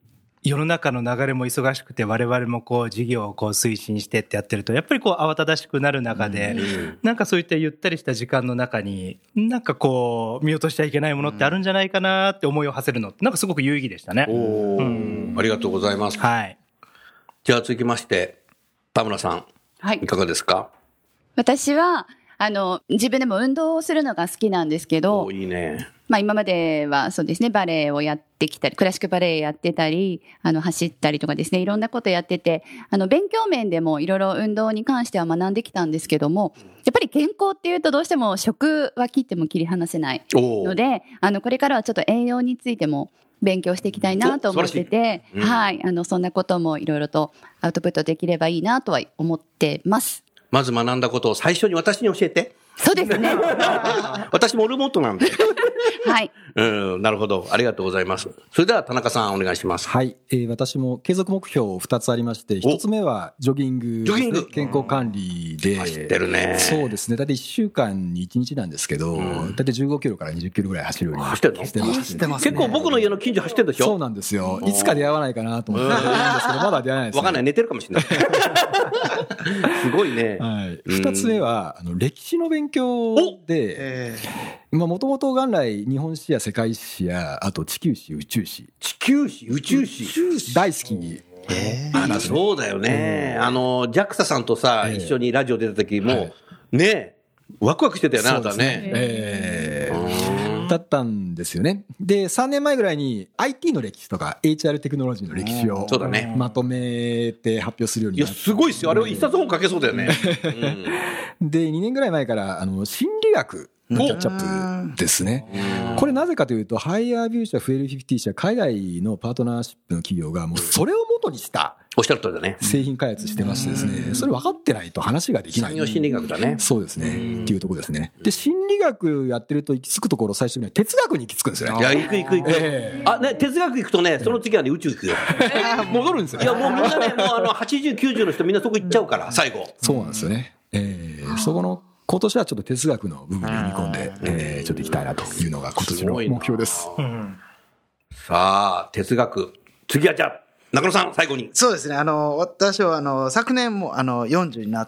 [SPEAKER 6] 世の中の流れも忙しくて、我々もこう事業をこう推進してってやってると、やっぱりこう慌ただしくなる中で、なんかそういったゆったりした時間の中に、なんかこう見落としちゃいけないものってあるんじゃないかなって思いを馳せるのって、なんかすごく有意義でしたね。
[SPEAKER 3] ありがとうございます。
[SPEAKER 6] はい。
[SPEAKER 3] じゃあ続きまして、田村さん、
[SPEAKER 7] はい。
[SPEAKER 3] いかがですか？
[SPEAKER 7] 私は、自分でも運動をするのが好きなんですけど、
[SPEAKER 3] いいね。
[SPEAKER 7] まあ今まではそうですね、バレエをやってきたり、クラシックバレエやってたり、走ったりとかですね、いろんなことやってて、勉強面でもいろいろ運動に関しては学んできたんですけども、やっぱり健康っていうとどうしても食は切っても切り離せないので、これからはちょっと栄養についても勉強していきたいなと思ってて、はい、そんなこともいろいろとアウトプットできればいいなとは思ってます。
[SPEAKER 3] まず学んだことを最初に私に教えて。
[SPEAKER 7] そうですね。
[SPEAKER 3] 私もオルモットなんで。
[SPEAKER 7] はい。
[SPEAKER 3] なるほど。ありがとうございます。それでは田中さんお願いします。
[SPEAKER 5] はい。私も継続目標2つありまして、1つ目はジョギングですね。健康管理で。
[SPEAKER 3] 走ってるね。
[SPEAKER 5] そうですね。だいたい1週間に1日なんですけど、だいたい15キロから20キロぐらい走るようにしてます。
[SPEAKER 3] 結構僕の家の近所走ってるでしょ？
[SPEAKER 5] そうなんですよ。いつか出会わないかなと思ってるんですけど、まだ出会わないです、ね。
[SPEAKER 3] わかんない。寝てるかもしれない。すごいね。
[SPEAKER 5] はい。2つ目は、歴史の勉強で、もともと元来日本史や世界史や、あと地球史、宇宙史。
[SPEAKER 3] 地球史、宇宙史
[SPEAKER 5] 大好き。
[SPEAKER 3] そうだよね。JAXA さんとさ、一緒にラジオ出た時も、ね、ワクワクしてたよね、あなたね。
[SPEAKER 5] だったんですよね。で、3年前ぐらいに IT の歴史とか HR テクノロジーの歴史をまとめて発表するようになって。
[SPEAKER 3] いや、すごいですよ。あれを一冊本書けそうだよね。
[SPEAKER 5] で、2年ぐらい前から、心理学のキャッチアップですね。これなぜかというと、ハイヤービュー社、フェル50社、海外のパートナーシップの企業がもうそれを元にした
[SPEAKER 3] おっしゃる通りだね。
[SPEAKER 5] 製品開発してましてですね、それ分かってないと話ができない。
[SPEAKER 3] 産業心理学だね。
[SPEAKER 5] そうですね。っていうところですね。で、心理学やってると行き着くところ、最初には哲学に行き着くんですよね。
[SPEAKER 3] いや、行く。ね、哲学行くとね、その次はね、宇宙行くよ。
[SPEAKER 5] 戻るんですよね。
[SPEAKER 3] いや、もうみんなね、もう80、90の人みんなそこ行っちゃうから、最後。
[SPEAKER 5] そうなんですよね。そこの、今年はちょっと哲学の部分に踏み込んで、ちょっと行きたいなというのが今年の目標です。
[SPEAKER 3] さあ、哲学。次はじゃあ、中野さん、最後に。
[SPEAKER 4] そうですね。私は、昨年も、40になって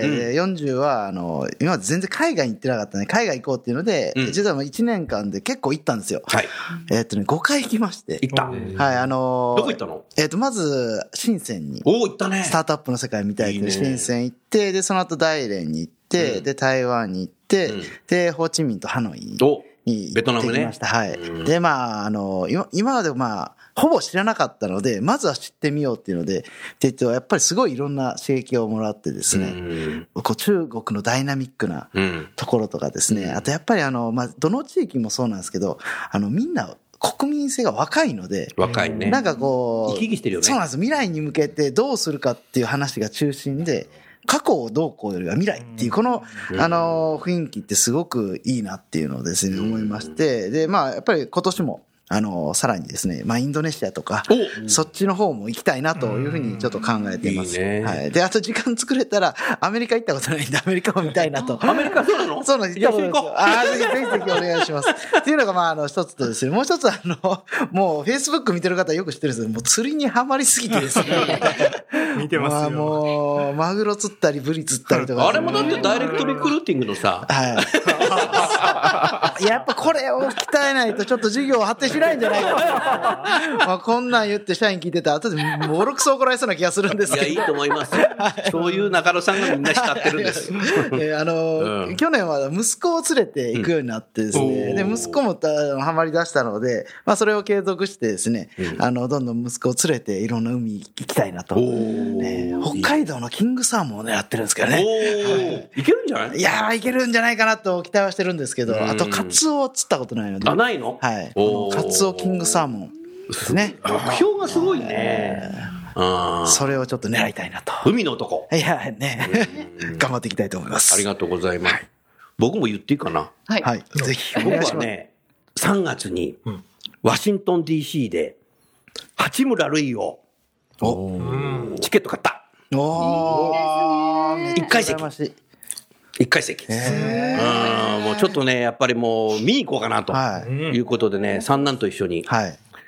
[SPEAKER 4] 、40は、今まで全然海外に行ってなかったね。海外行こうっていうので、実は1年間で結構行ったんですよ。
[SPEAKER 3] はい。
[SPEAKER 4] 5回行きまして。
[SPEAKER 3] 行った。
[SPEAKER 4] はい、
[SPEAKER 3] どこ行ったの？
[SPEAKER 4] まず、深センに。
[SPEAKER 3] 行ったね。
[SPEAKER 4] スタートアップの世界見たいって、深セン行って、で、その後大連に行って、で、台湾に行って、で、ホーチミンとハノイに行ってきました。はい。で、まあ、今までほぼ知らなかったので、まずは知ってみようっていうので、やっぱりすごいいろんな刺激をもらってですね、中国のダイナミックなところとかですね、あとやっぱりどの地域もそうなんですけど、みんな国民性が若いので、
[SPEAKER 3] 若いね。
[SPEAKER 4] なんかこう、
[SPEAKER 3] 生き生きしてるよね。
[SPEAKER 4] そうなんです。未来に向けてどうするかっていう話が中心で、過去をどうこうよりは未来っていう、この、雰囲気ってすごくいいなっていうのをですね、思いまして、で、やっぱり今年も、さらにですね、インドネシアとか、そっちの方も行きたいなというふうにちょっと考えています。はい。で、あと時間作れたら、アメリカ行ったことないんで、アメリカも見たいなと。
[SPEAKER 3] アメリカそうなの？
[SPEAKER 4] そうなんです。行ったことないです。ぜひお願いします。っていうのが、一つとですね、もう一つもう、Facebook 見てる方よく知ってるんですけど、もう釣りにはまりすぎてですね。
[SPEAKER 6] 見てますよ。
[SPEAKER 4] もう、マグロ釣ったり、ブリ釣ったりとか。
[SPEAKER 3] あれもだってダイレクトリクルーティングのさ。
[SPEAKER 4] はい。やっぱこれを鍛えないとちょっと授業発展しないんじゃないか。こんなん言って社員聞いてたら後でボロクソ怒られそうな気がするんですけど。
[SPEAKER 3] いや、いいと思います。そういう中野さんがみんな慕ってるんです。
[SPEAKER 4] 去年は息子を連れて行くようになってですね。で、息子もハマり出したので、それを継続してですね、どんどん息子を連れていろんな海行きたいなと。北海道のキングサーモンを狙ってるんですけどね。
[SPEAKER 3] いけるんじゃない？
[SPEAKER 4] いやー、いけるんじゃないかなと期待はしてるんですけど、あとカツオを釣ったことないので。
[SPEAKER 3] あ、ないの？
[SPEAKER 4] はい。カツオキングサーモンですね。
[SPEAKER 3] 目標がすごいね。
[SPEAKER 4] それをちょっと狙いたいなと。
[SPEAKER 3] 海の男。
[SPEAKER 4] いやね、頑張っていきたいと思います。
[SPEAKER 3] ありがとうございます。僕も言っていいかな？
[SPEAKER 7] はい。
[SPEAKER 4] はい。ぜひ。
[SPEAKER 3] 僕はね、3月にワシントン DC で八村塁をチケット買った。1階席。1階席。もうちょっとね、やっぱりもう見に行こうかなということでね、三男と一緒に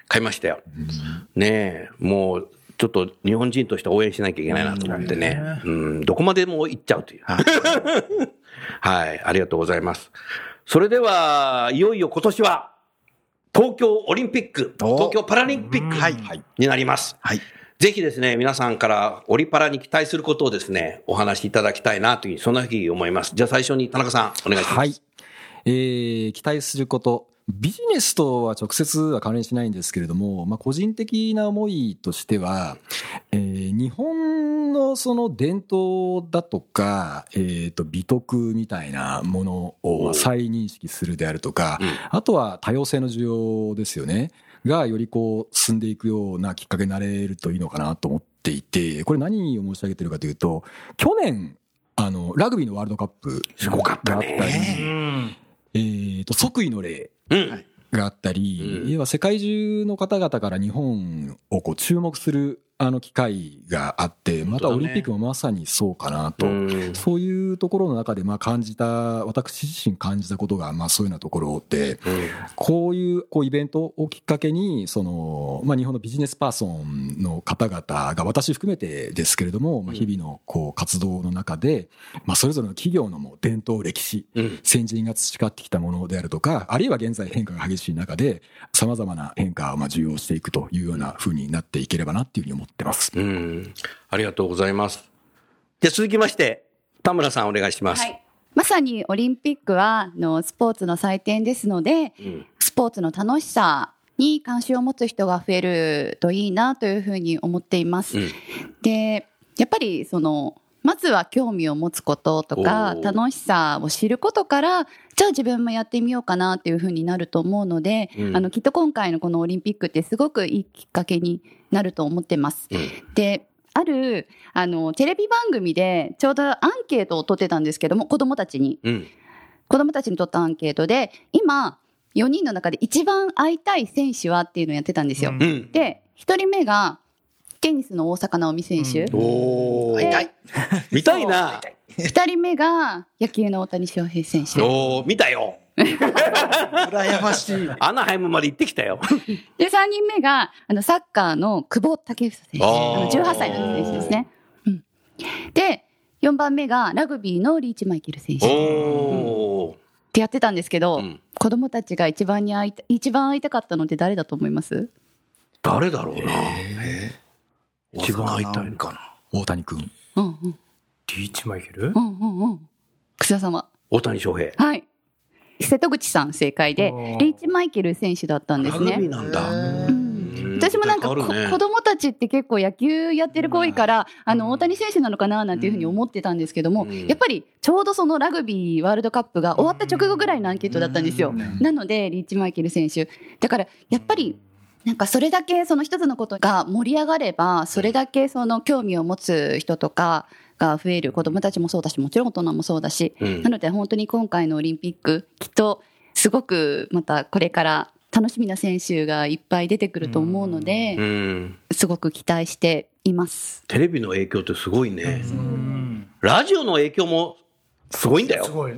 [SPEAKER 3] 買いましたよ。ねえ、もう、ちょっと日本人として応援しなきゃいけないなと思ってね。どこまでも行っちゃうという。はい、ありがとうございます。それでは、いよいよ今年は、東京オリンピック、東京パラリンピックになります。はい。ぜひですね、皆さんからオリパラに期待することをですね、お話しいただきたいなという、そんなふうに思います。じゃあ最初に田中さん、お願いします。はい。
[SPEAKER 5] 期待すること。ビジネスとは直接は関連しないんですけれども、個人的な思いとしては、日本のその伝統だとか、美徳みたいなものを再認識するであるとか、あとは多様性の需要ですよね。がより進んでいくようなきっかけになれるといいのかなと思っていて、これ何を申し上げてるかというと、去年、ラグビーのワールドカップがあったり、即位の礼があったり、要は世界中の方々から日本を注目する機会があって、またオリンピックもまさにそうかなと、そういうところの中で感じた、私自身感じたことがそういうようなところで、こういうイベントをきっかけに日本のビジネスパーソンの方々が、私含めてですけれども、日々の活動の中で、それぞれの企業の伝統歴史、先人が培ってきたものであるとか、あるいは現在変化が激しい中でさまざまな変化を受容していくというような風になっていければなっていうふうに思ってます。
[SPEAKER 3] ありがとうございます。じゃあ続きまして田村さんお願いします。はい、
[SPEAKER 7] まさにオリンピックはスポーツの祭典ですので、スポーツの楽しさに関心を持つ人が増えるといいなというふうに思っています。で、やっぱりまずは興味を持つこととか楽しさを知ることから、じゃあ自分もやってみようかなっていう風になると思うので、きっと今回のこのオリンピックってすごくいいきっかけになると思ってます。で、あるテレビ番組でちょうどアンケートを取ってたんですけども、子供たちに取ったアンケートで、今4人の中で一番会いたい選手はっていうのをやってたんですよ。で、1人目がテニスの大坂なおみ選手。
[SPEAKER 3] 会いたい。見たいな。
[SPEAKER 7] 2人目が野球の大谷翔平選手。
[SPEAKER 3] 見たよ。
[SPEAKER 4] 羨ましい。
[SPEAKER 3] アナハイムまで行ってきたよ。
[SPEAKER 7] で、3人目がサッカーの久保建英選手。18歳の選手ですね。で、4番目がラグビーのリーチマイケル選手。ってやってたんですけど、子供たちが一番会いたかったのって誰だと思います？
[SPEAKER 3] 誰だろうな。一番会いたいのかな。
[SPEAKER 5] 大谷君。
[SPEAKER 6] リーチマイケル？
[SPEAKER 7] 楠田様。
[SPEAKER 3] 大谷翔平。
[SPEAKER 7] はい。瀬戸口さん正解で、リーチマイケル選手だったんですね。
[SPEAKER 3] ラグビーなんだ。
[SPEAKER 7] 私も子供たちって結構野球やってる子多いから、大谷選手なのかななんていうふうに思ってたんですけども、やっぱりちょうどそのラグビーワールドカップが終わった直後ぐらいのアンケートだったんですよ。なので、リーチマイケル選手。だから、やっぱり、それだけその一つのことが盛り上がれば、それだけその興味を持つ人とかが増える、子供たちもそうだし、もちろん大人もそうだし、なので本当に今回のオリンピック、きっとすごくまたこれから楽しみな選手がいっぱい出てくると思うので、すごく期待しています。
[SPEAKER 3] テレビの影響ってすごいね。ラジオの影響もすごいんだよ。すごい。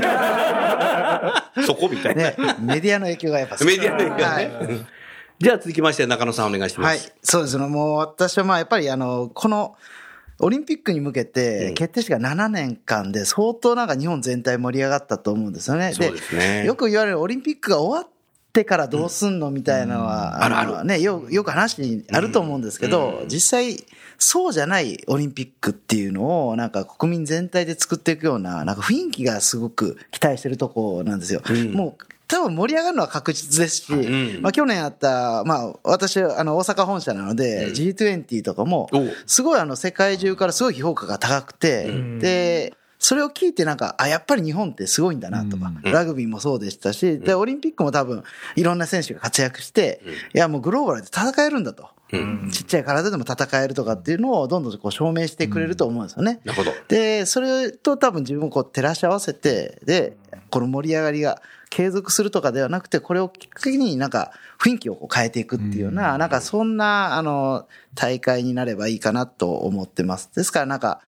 [SPEAKER 3] そこみたいな、
[SPEAKER 4] ね。メディアの影響がやっぱ
[SPEAKER 3] メディアの影響ね。じゃあ続きまして中野さんお願いします。
[SPEAKER 4] はい、そうですね。もう私はやっぱりこのオリンピックに向けて決定式が7年間で相当日本全体盛り上がったと思うんですよね。
[SPEAKER 3] そうですね。
[SPEAKER 4] よく言われるオリンピックが終わってからどうすんのみたいなのは、ね、よく話にあると思うんですけど、実際そうじゃないオリンピックっていうのを国民全体で作っていくような雰囲気がすごく期待してるとこなんですよ。もう多分盛り上がるのは確実ですし、去年あった、私、大阪本社なので、G20 とかも、すごい世界中からすごい評価が高くて、で、それを聞いてやっぱり日本ってすごいんだなとか、ラグビーもそうでしたし、で、オリンピックも多分、いろんな選手が活躍して、もうグローバルで戦えるんだと。ちっちゃい体でも戦えるとかっていうのをどんどん証明してくれると思うんですよね。
[SPEAKER 3] なるほど。
[SPEAKER 4] で、それと多分自分を照らし合わせて、で、この盛り上がりが継続するとかではなくて、これをきっかけに雰囲気を変えていくっていうような、そんな大会になればいいかなと思ってます。ですから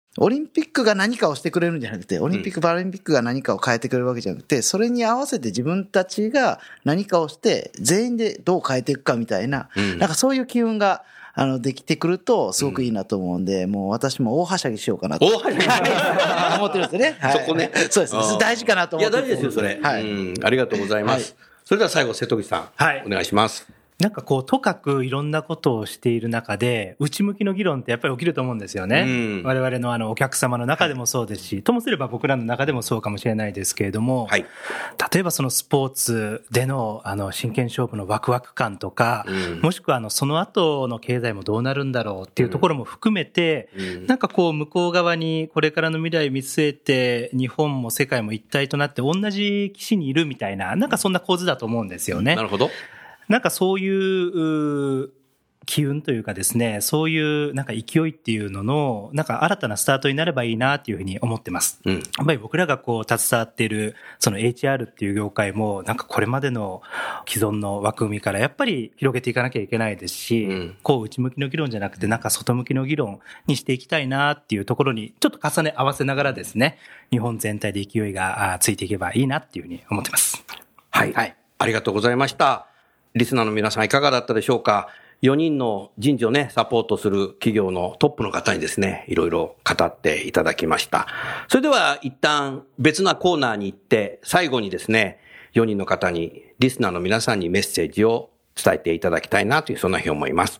[SPEAKER 4] オリンピックが何かをしてくれるんじゃなくて、オリンピック、パラリンピックが何かを変えてくれるわけじゃなくて、それに合わせて自分たちが何かをして、全員でどう変えていくかみたいな、なんかそういう機運が、できてくると、すごくいいなと思うんで、もう私も大はしゃぎしようかなと。
[SPEAKER 3] 大はしゃぎ
[SPEAKER 4] 思ってるんですね。
[SPEAKER 3] そこね。
[SPEAKER 4] そうですね。大事かなと思って。
[SPEAKER 3] いや、大事ですよ、それ。
[SPEAKER 4] はい。
[SPEAKER 3] ありがとうございます。それでは最後、瀬戸口さん。はい。お願いします。
[SPEAKER 6] なんかこう、とかくいろんなことをしている中で、内向きの議論ってやっぱり起きると思うんですよね。我々のお客様の中でもそうですし、ともすれば僕らの中でもそうかもしれないですけれども、例えばそのスポーツでの真剣勝負のワクワク感とか、もしくはその後の経済もどうなるんだろうっていうところも含めて、なんかこう向こう側にこれからの未来見据えて、日本も世界も一体となって同じ岸にいるみたいな、なんかそんな構図だと思うんですよね。
[SPEAKER 3] なるほど。
[SPEAKER 6] なんかそういう機運というかですね、そういうなんか勢いっていうののなんか新たなスタートになればいいなっていうふうに思ってます。やっぱり僕らがこう携わっているその HR っていう業界もなんかこれまでの既存の枠組みからやっぱり広げていかなきゃいけないですし、こう内向きの議論じゃなくてなんか外向きの議論にしていきたいなっていうところにちょっと重ね合わせながらですね、日本全体で勢いがついていけばいいなっていうふうに思ってます。
[SPEAKER 3] はい。ありがとうございました。リスナーの皆さんいかがだったでしょうか。4人の人事をね、サポートする企業のトップの方にですね、いろいろ語っていただきました。それでは一旦別なコーナーに行って、最後にですね、4人の方に、リスナーの皆さんにメッセージを伝えていただきたいなという、そんなふうに思います。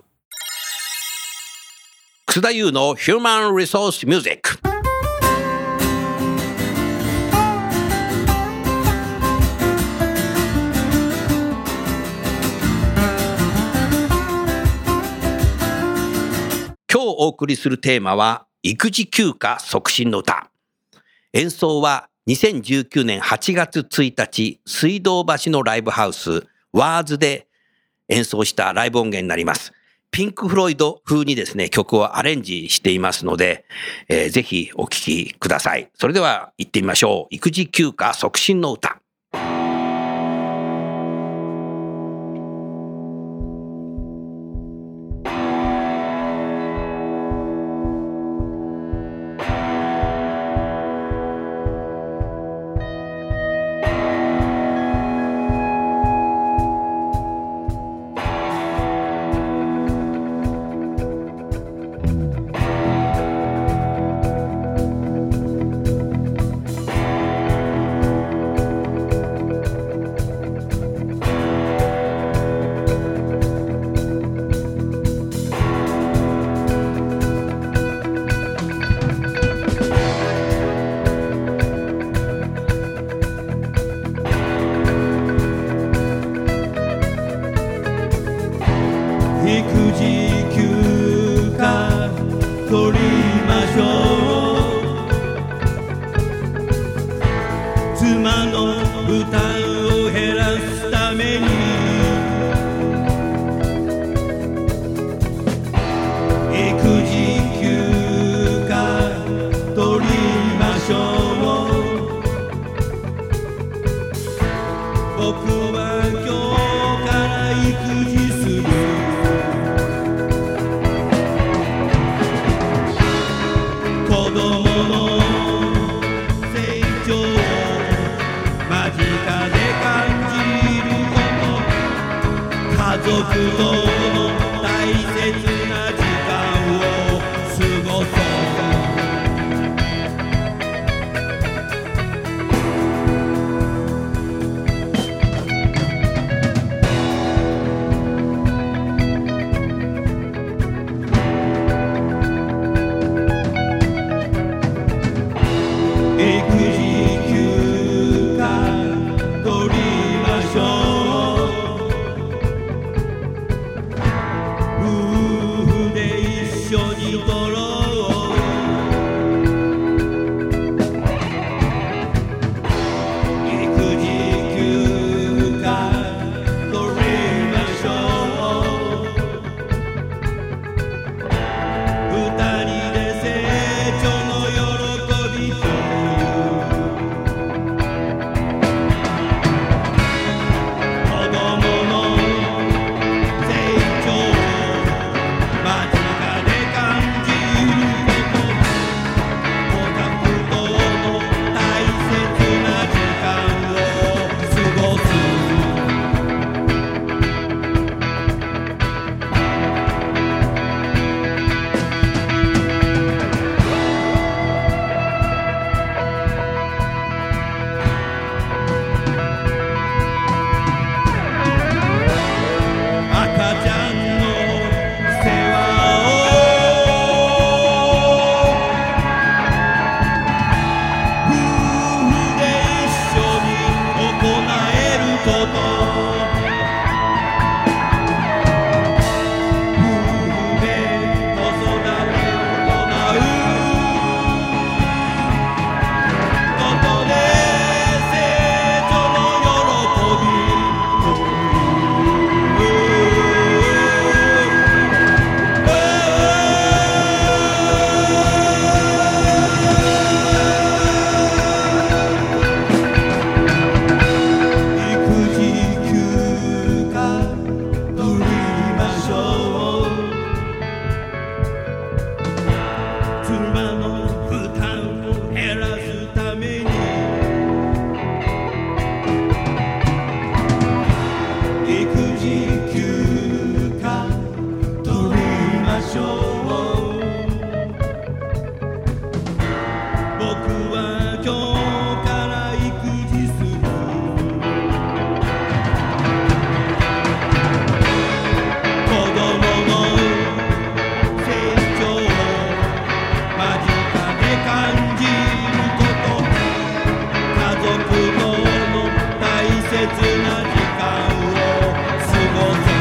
[SPEAKER 3] 楠田優の Human Resource Music。今日お送りするテーマは育児休暇促進の歌。演奏は2019年8月1日水道橋のライブハウスワーズで演奏したライブ音源になります。ピンク・フロイド風にですね曲をアレンジしていますので、ぜひお聴きください。それでは行ってみましょう。育児休暇促進の歌。
[SPEAKER 2] 妻の負担を減らすために育児休暇取りましょう。僕は今日から育児する。子供の成長を間近で感じること、家族との大切な時間を過ごそう。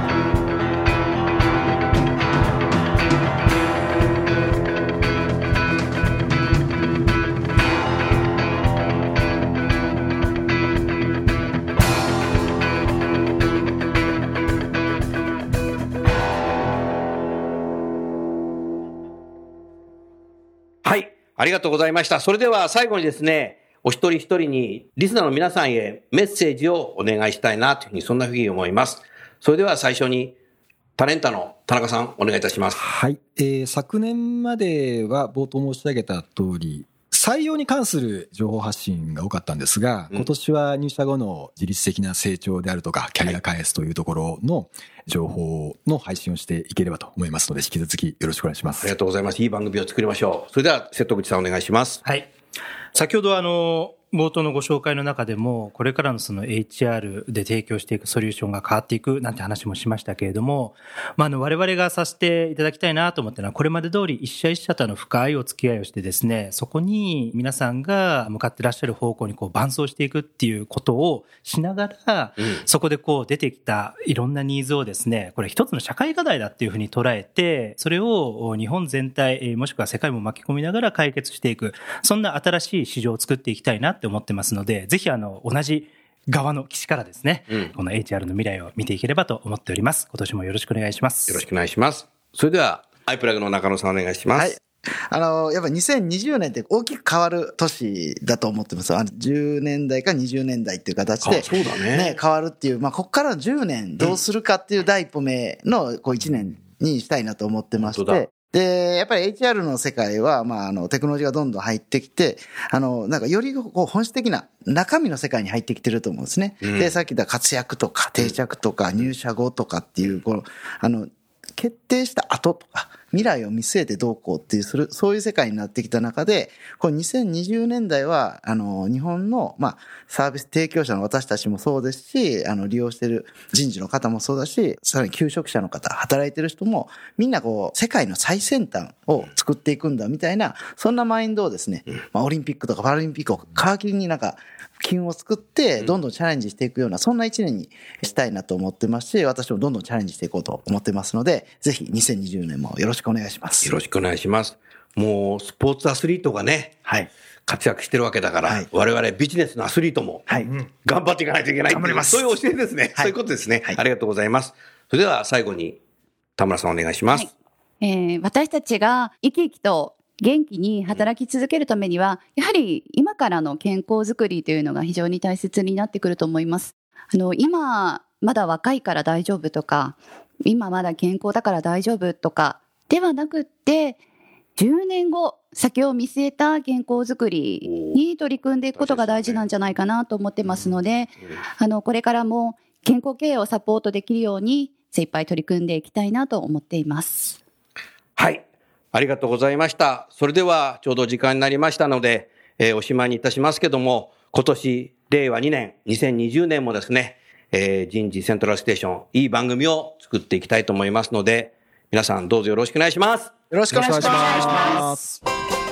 [SPEAKER 3] はい、ありがとうございました。それでは最後にですね、お一人一人にリスナーの皆さんへメッセージをお願いしたいなというふうに、そんなふうに思います。それでは最初にタレンタの田中さん、お願いいたします。
[SPEAKER 5] はい、昨年までは冒頭申し上げた通り、採用に関する情報発信が多かったんですが、今年は入社後の自律的な成長であるとか、キャリア開発というところの情報の配信をしていければと思いますので、引き続きよろしくお願いします。
[SPEAKER 3] ありがとうございます。いい番組を作りましょう。それでは瀬戸口さん、お願いします。
[SPEAKER 6] はい。先ほど冒頭のご紹介の中でも、これからのその HR で提供していくソリューションが変わっていくなんて話もしましたけれども、我々がさせていただきたいなと思ってのは、これまで通り一社一社との深いお付き合いをしてですね、そこに皆さんが向かってらっしゃる方向に伴走していくっていうことをしながら、そこで出てきたいろんなニーズをですね、これ一つの社会課題だっていうふうに捉えて、それを日本全体、もしくは世界も巻き込みながら解決していく、そんな新しい市場を作っていきたいなって思ってますので、ぜひ同じ側の岸からですね、この HR の未来を見ていければと思っております。今年もよろしくお願いします。
[SPEAKER 3] よろしくお願いします。それではアイプラグの中野さん、お願いします。
[SPEAKER 4] はい。やっぱり2020年って大きく変わる年だと思ってます。10年代か20年代っていう形で、
[SPEAKER 3] そうだね。
[SPEAKER 4] 変わるっていう、ここからの10年どうするかっていう第一歩目の1年にしたいなと思ってまして、で、やっぱり HR の世界は、テクノロジーがどんどん入ってきて、より本質的な中身の世界に入ってきてると思うんですね。で、さっき言った活躍とか定着とか入社後とかっていう、決定した後とか、未来を見据えてどうこうっていう、そういう世界になってきた中で、これ2020年代は、日本の、サービス提供者の私たちもそうですし、利用している人事の方もそうだし、さらに求職者の方、働いてる人も、みんな世界の最先端を作っていくんだみたいな、そんなマインドをですね、オリンピックとかパラリンピックを皮切りに機運を作って、どんどんチャレンジしていくような、そんな一年にしたいなと思ってますし、私もどんどんチャレンジしていこうと思ってますので、ぜひ2020年もよろしくお願いします。
[SPEAKER 3] よろしくお願いします。もうスポーツアスリートがね、活躍してるわけだから、我々ビジネスのアスリートも頑張っていかないといけないっていう、そういう教えですね。そういうことですね。ありがとうございます。それでは最後に田村さん、お願いします。
[SPEAKER 7] 私たちが生き生きと元気に働き続けるためには、やはり今からの健康づくりというのが非常に大切になってくると思います。今まだ若いから大丈夫とか、今まだ健康だから大丈夫とかではなくって、10年後先を見据えた健康づくりに取り組んでいくことが大事なんじゃないかなと思ってますので、これからも健康経営をサポートできるように精一杯取り組んでいきたいなと思っています。
[SPEAKER 3] はい、ありがとうございました。それではちょうど時間になりましたので、おしまいにいたしますけども、今年令和2年2020年もですね、人事セントラルステーション、いい番組を作っていきたいと思いますので、皆さんどうぞよろしくお願いします。
[SPEAKER 4] よろしくお願いします。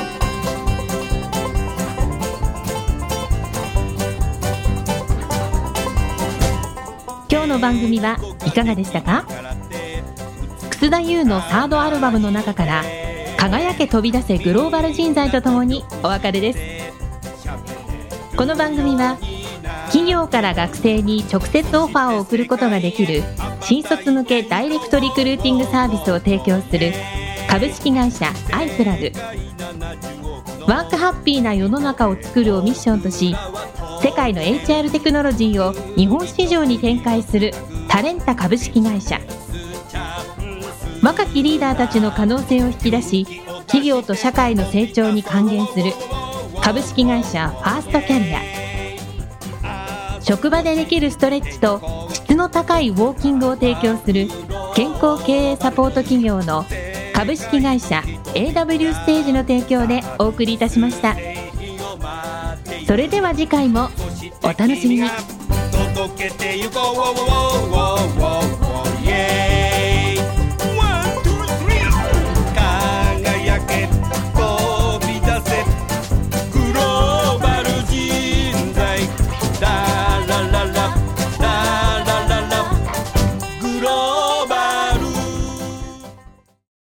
[SPEAKER 1] 今日の番組はいかがでしたか？楠田優のサードアルバムの中から輝け飛び出せグローバル人材とともにお別れです。この番組は企業から学生に直接オファーを送ることができる新卒向けダイレクトリクルーティングサービスを提供する株式会社アイプラグ、ワークハッピーな世の中を作るをミッションとし、世界の HR テクノロジーを日本市場に展開するタレンタ株式会社、 若きリーダーたちの可能性を引き出し、企業と社会の成長に還元する株式会社ファーストキャリア。職場でできるストレッチと質の高いウォーキングを提供する健康経営サポート企業の株式会社 AW ステージの提供でお送りいたしました。それでは次回もお楽しみに。
[SPEAKER 2] 届けてゆこう